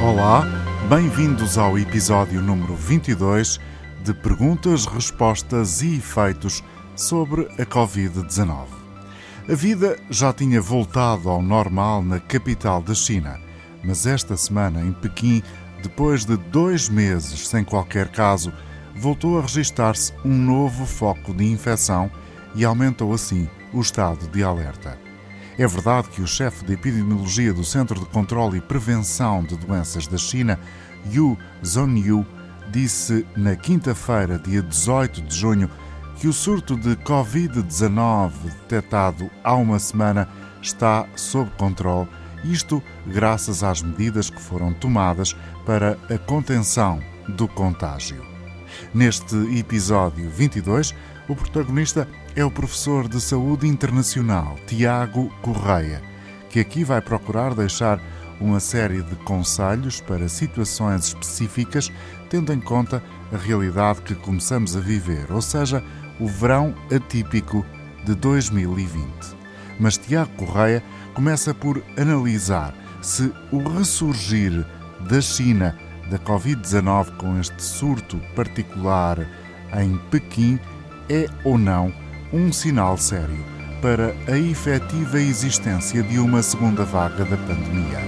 Olá, bem-vindos ao episódio número 22 de Perguntas, Respostas e Efeitos sobre a Covid-19. A vida já tinha voltado ao normal na capital da China, mas esta semana em Pequim, depois de 2 meses sem qualquer caso, voltou a registar-se um novo foco de infecção e aumentou assim o estado de alerta. É verdade que o chefe de epidemiologia do Centro de Controlo e Prevenção de Doenças da China, Yu Zhongyu, disse na quinta-feira, dia 18 de junho, que o surto de Covid-19 detectado há uma semana está sob controle, isto graças às medidas que foram tomadas para a contenção do contágio. Neste episódio 22, o protagonista é o professor de Saúde Internacional, Tiago Correia, que aqui vai procurar deixar uma série de conselhos para situações específicas, tendo em conta a realidade que começamos a viver, ou seja, o verão atípico de 2020. Mas Tiago Correia começa por analisar se o ressurgir da China da Covid-19 com este surto particular em Pequim é ou não um sinal sério para a efetiva existência de uma segunda vaga da pandemia.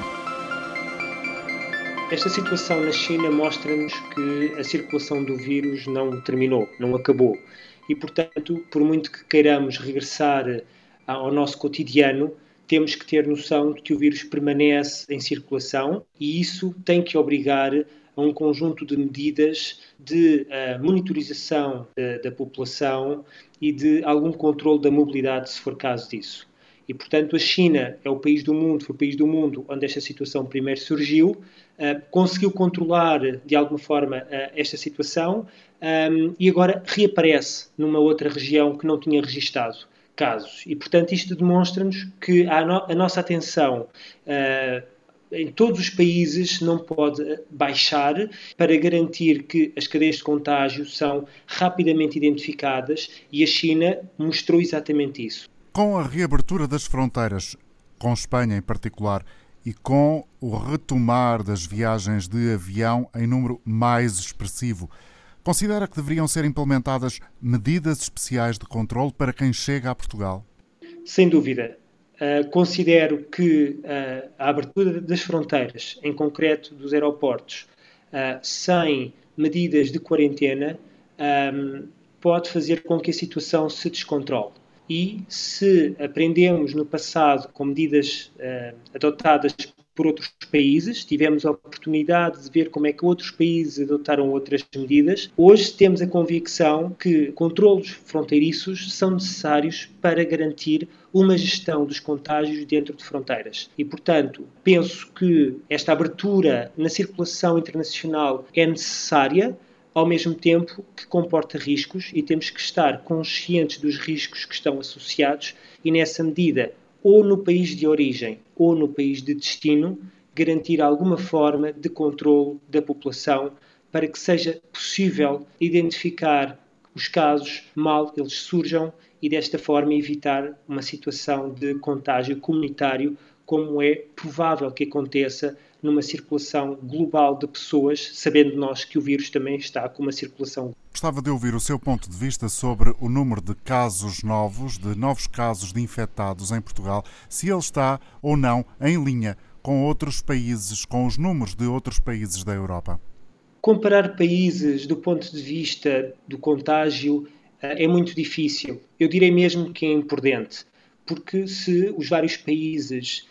Esta situação na China mostra-nos que a circulação do vírus não terminou, não acabou. E, portanto, por muito que queiramos regressar ao nosso cotidiano, temos que ter noção de que o vírus permanece em circulação e isso tem que obrigar a um conjunto de medidas de monitorização da população e de algum controle da mobilidade, se for caso disso. E, portanto, a China é o país do mundo, foi o país do mundo onde esta situação primeiro surgiu, conseguiu controlar, de alguma forma, esta situação e agora reaparece numa outra região que não tinha registado casos. E, portanto, isto demonstra-nos que a nossa atenção em todos os países não pode baixar para garantir que as cadeias de contágio são rapidamente identificadas e a China mostrou exatamente isso. Com a reabertura das fronteiras, com Espanha em particular, e com o retomar das viagens de avião em número mais expressivo, considera que deveriam ser implementadas medidas especiais de controle para quem chega a Portugal? Sem dúvida. Considero que a abertura das fronteiras, em concreto dos aeroportos, sem medidas de quarentena, pode fazer com que a situação se descontrole. E se aprendemos no passado com medidas adotadas por outros países, tivemos a oportunidade de ver como é que outros países adotaram outras medidas, hoje temos a convicção que controlos fronteiriços são necessários para garantir uma gestão dos contágios dentro de fronteiras. E, portanto, penso que esta abertura na circulação internacional é necessária, ao mesmo tempo que comporta riscos e temos que estar conscientes dos riscos que estão associados e, nessa medida, ou no país de origem ou no país de destino, garantir alguma forma de controle da população para que seja possível identificar os casos mal eles surjam e, desta forma, evitar uma situação de contágio comunitário, como é provável que aconteça numa circulação global de pessoas, sabendo nós que o vírus também está com uma circulação. Gostava de ouvir o seu ponto de vista sobre o número de casos novos, de novos casos de infectados em Portugal, se ele está ou não em linha com outros países, com os números de outros países da Europa. Comparar países do ponto de vista do contágio é muito difícil. Eu direi mesmo que é imprudente, porque se os vários países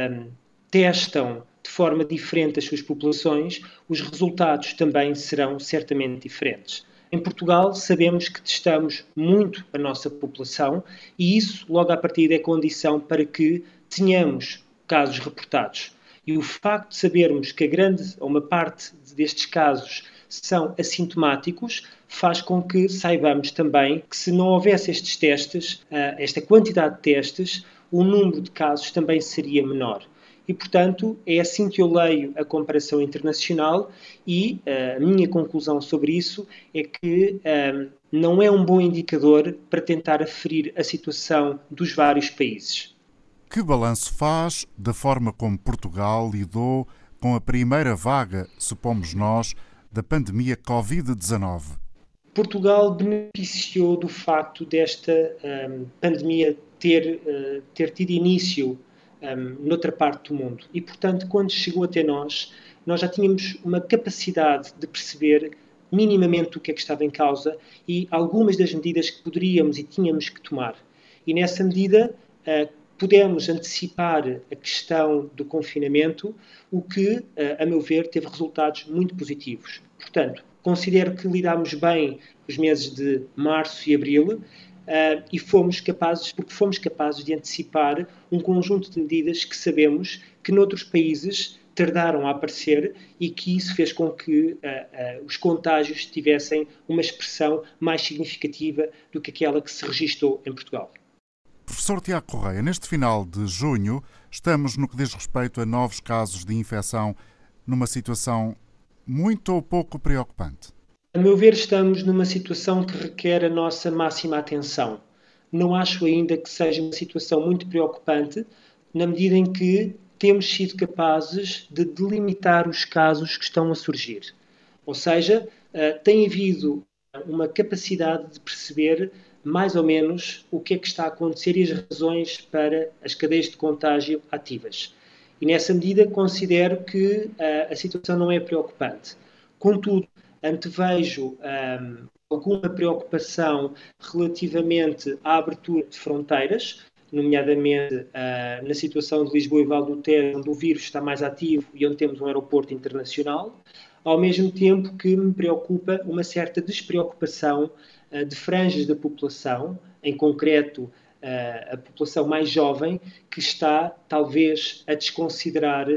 testam de forma diferente as suas populações, os resultados também serão certamente diferentes. Em Portugal, sabemos que testamos muito a nossa população e isso, logo à partida, é condição para que tenhamos casos reportados. E o facto de sabermos que uma parte destes casos são assintomáticos faz com que saibamos também que se não houvesse estes testes, esta quantidade de testes, o número de casos também seria menor. E, portanto, é assim que eu leio a comparação internacional e a minha conclusão sobre isso é que não é um bom indicador para tentar aferir a situação dos vários países. Que balanço faz da forma como Portugal lidou com a primeira vaga, supomos nós, da pandemia Covid-19? Portugal beneficiou do facto desta pandemia ter tido início noutra parte do mundo. E, portanto, quando chegou até nós já tínhamos uma capacidade de perceber minimamente o que é que estava em causa e algumas das medidas que poderíamos e tínhamos que tomar. E, nessa medida, pudemos antecipar a questão do confinamento, o que, a meu ver, teve resultados muito positivos. Portanto, considero que lidámos bem os meses de março e abril e fomos capazes de antecipar um conjunto de medidas que sabemos que noutros países tardaram a aparecer e que isso fez com que os contágios tivessem uma expressão mais significativa do que aquela que se registou em Portugal. Professor Tiago Correia, neste final de junho, estamos no que diz respeito a novos casos de infecção numa situação muito ou pouco preocupante? A meu ver, estamos numa situação que requer a nossa máxima atenção. Não acho ainda que seja uma situação muito preocupante, na medida em que temos sido capazes de delimitar os casos que estão a surgir. Ou seja, tem havido uma capacidade de perceber mais ou menos o que é que está a acontecer e as razões para as cadeias de contágio ativas. E nessa medida considero que a situação não é preocupante. Contudo, antevejo alguma preocupação relativamente à abertura de fronteiras, nomeadamente na situação de Lisboa e Val do Tejo, onde o vírus está mais ativo e onde temos um aeroporto internacional, ao mesmo tempo que me preocupa uma certa despreocupação de franjas da população, em concreto a população mais jovem, que está talvez a desconsiderar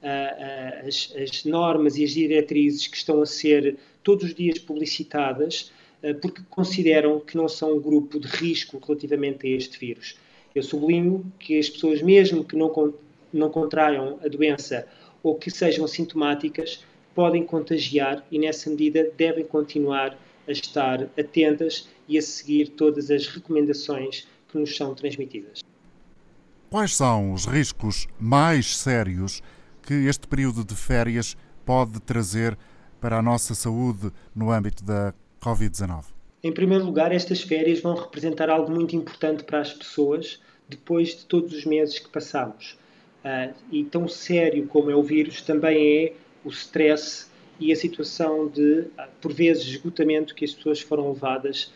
as normas e as diretrizes que estão a ser todos os dias publicitadas, porque consideram que não são um grupo de risco relativamente a este vírus. Eu sublinho que as pessoas, mesmo que não contraiam a doença ou que sejam sintomáticas, podem contagiar e, nessa medida, devem continuar a estar atentas e a seguir todas as recomendações que nos são transmitidas. Quais são os riscos mais sérios que este período de férias pode trazer para a nossa saúde no âmbito da Covid-19? Em primeiro lugar, estas férias vão representar algo muito importante para as pessoas depois de todos os meses que passamos. E tão sério como é o vírus, também é o stress e a situação de, por vezes, esgotamento que as pessoas foram levadas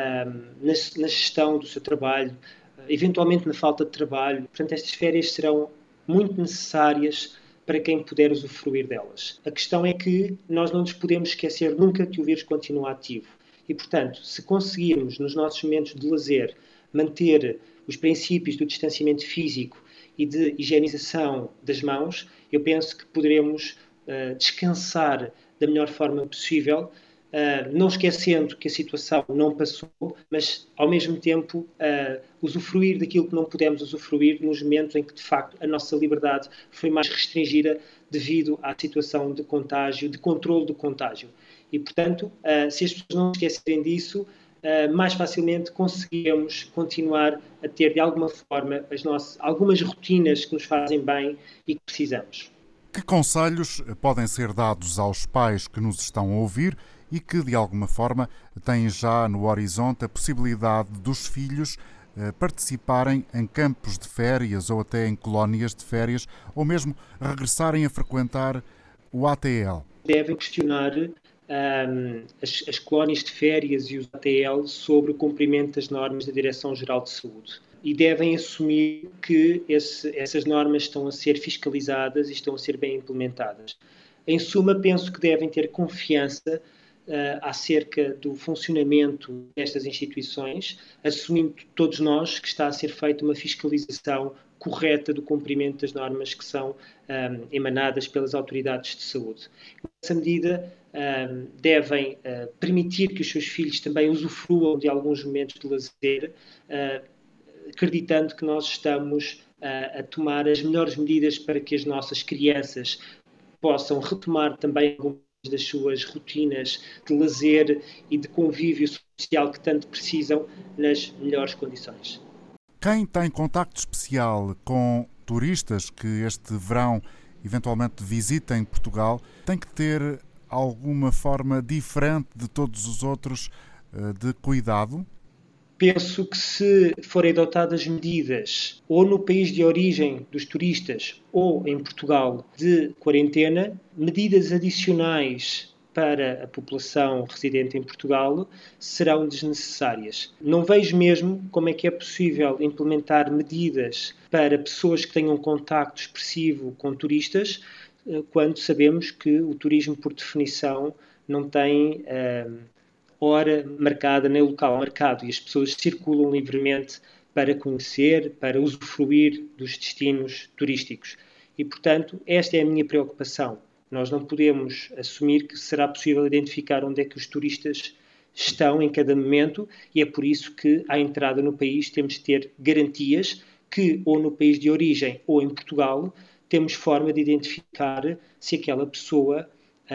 na gestão do seu trabalho, eventualmente na falta de trabalho. Portanto, estas férias serão muito necessárias para quem puder usufruir delas. A questão é que nós não nos podemos esquecer nunca que o vírus continua ativo. E, portanto, se conseguirmos, nos nossos momentos de lazer, manter os princípios do distanciamento físico e de higienização das mãos, eu penso que poderemos descansar da melhor forma possível, não esquecendo que a situação não passou, mas, ao mesmo tempo, usufruir daquilo que não pudemos usufruir nos momentos em que, de facto, a nossa liberdade foi mais restringida devido à situação de contágio, de controle do contágio. E, portanto, se as pessoas não esquecerem disso, mais facilmente conseguimos continuar a ter, de alguma forma, algumas rotinas que nos fazem bem e que precisamos. Que conselhos podem ser dados aos pais que nos estão a ouvir e que, de alguma forma, têm já no horizonte a possibilidade dos filhos participarem em campos de férias ou até em colónias de férias ou mesmo regressarem a frequentar o ATL? Devem questionar as colónias de férias e os ATL sobre o cumprimento das normas da Direção-Geral de Saúde. E devem assumir que essas normas estão a ser fiscalizadas e estão a ser bem implementadas. Em suma, penso que devem ter confiança acerca do funcionamento destas instituições, assumindo todos nós que está a ser feita uma fiscalização correta do cumprimento das normas que são emanadas pelas autoridades de saúde. Nessa medida, devem permitir que os seus filhos também usufruam de alguns momentos de lazer, acreditando que nós estamos a tomar as melhores medidas para que as nossas crianças possam retomar também algumas das suas rotinas de lazer e de convívio social que tanto precisam nas melhores condições. Quem tem contacto especial com turistas que este verão eventualmente visitem Portugal, tem que ter alguma forma diferente de todos os outros de cuidado? Penso que se forem adotadas medidas ou no país de origem dos turistas ou em Portugal de quarentena, medidas adicionais para a população residente em Portugal serão desnecessárias. Não vejo mesmo como é que é possível implementar medidas para pessoas que tenham contacto expressivo com turistas, quando sabemos que o turismo, por definição, não tem hora marcada, nem local marcado, e as pessoas circulam livremente para conhecer, para usufruir dos destinos turísticos. E, portanto, esta é a minha preocupação. Nós não podemos assumir que será possível identificar onde é que os turistas estão em cada momento, e é por isso que, à entrada no país, temos de ter garantias que, ou no país de origem ou em Portugal, temos forma de identificar se aquela pessoa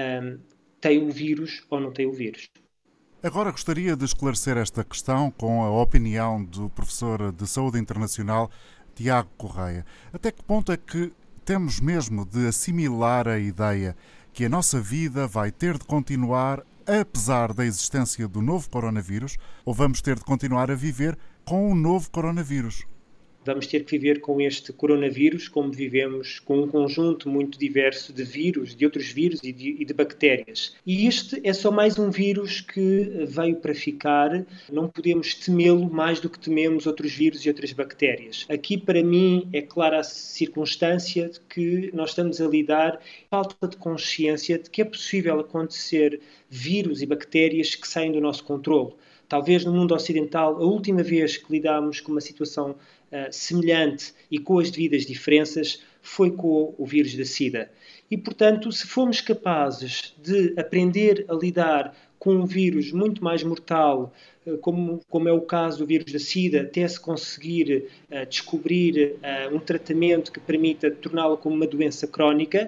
tem o vírus ou não tem o vírus. Agora gostaria de esclarecer esta questão com a opinião do professor de Saúde Internacional, Tiago Correia. Até que ponto é que temos mesmo de assimilar a ideia que a nossa vida vai ter de continuar apesar da existência do novo coronavírus, ou vamos ter de continuar a viver com o novo coronavírus? Vamos ter que viver com este coronavírus como vivemos com um conjunto muito diverso de vírus, de outros vírus e de bactérias. E este é só mais um vírus que veio para ficar. Não podemos temê-lo mais do que tememos outros vírus e outras bactérias. Aqui, para mim, é clara a circunstância de que nós estamos a lidar com a falta de consciência de que é possível acontecer vírus e bactérias que saem do nosso controle. Talvez no mundo ocidental, a última vez que lidámos com uma situação semelhante e com as devidas diferenças foi com o vírus da SIDA. E, portanto, se formos capazes de aprender a lidar com um vírus muito mais mortal, como é o caso do vírus da SIDA, até se conseguir descobrir um tratamento que permita torná-lo como uma doença crónica,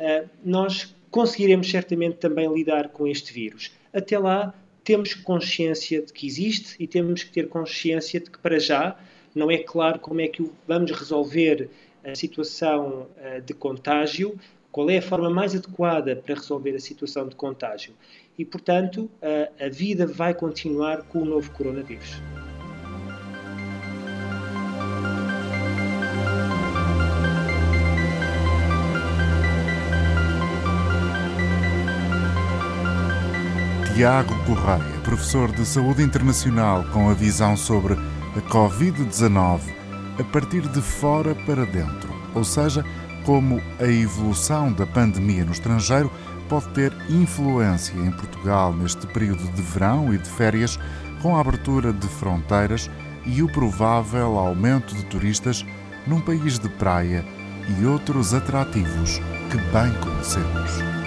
nós conseguiremos certamente também lidar com este vírus. Até lá, temos consciência de que existe e temos que ter consciência de que, para já, não é claro como é que vamos resolver a situação de contágio, qual é a forma mais adequada para resolver a situação de contágio. E, portanto, a vida vai continuar com o novo coronavírus. Tiago Correia, professor de Saúde Internacional, com a visão sobre a Covid-19 a partir de fora para dentro, ou seja, como a evolução da pandemia no estrangeiro pode ter influência em Portugal neste período de verão e de férias, com a abertura de fronteiras e o provável aumento de turistas num país de praia e outros atrativos que bem conhecemos.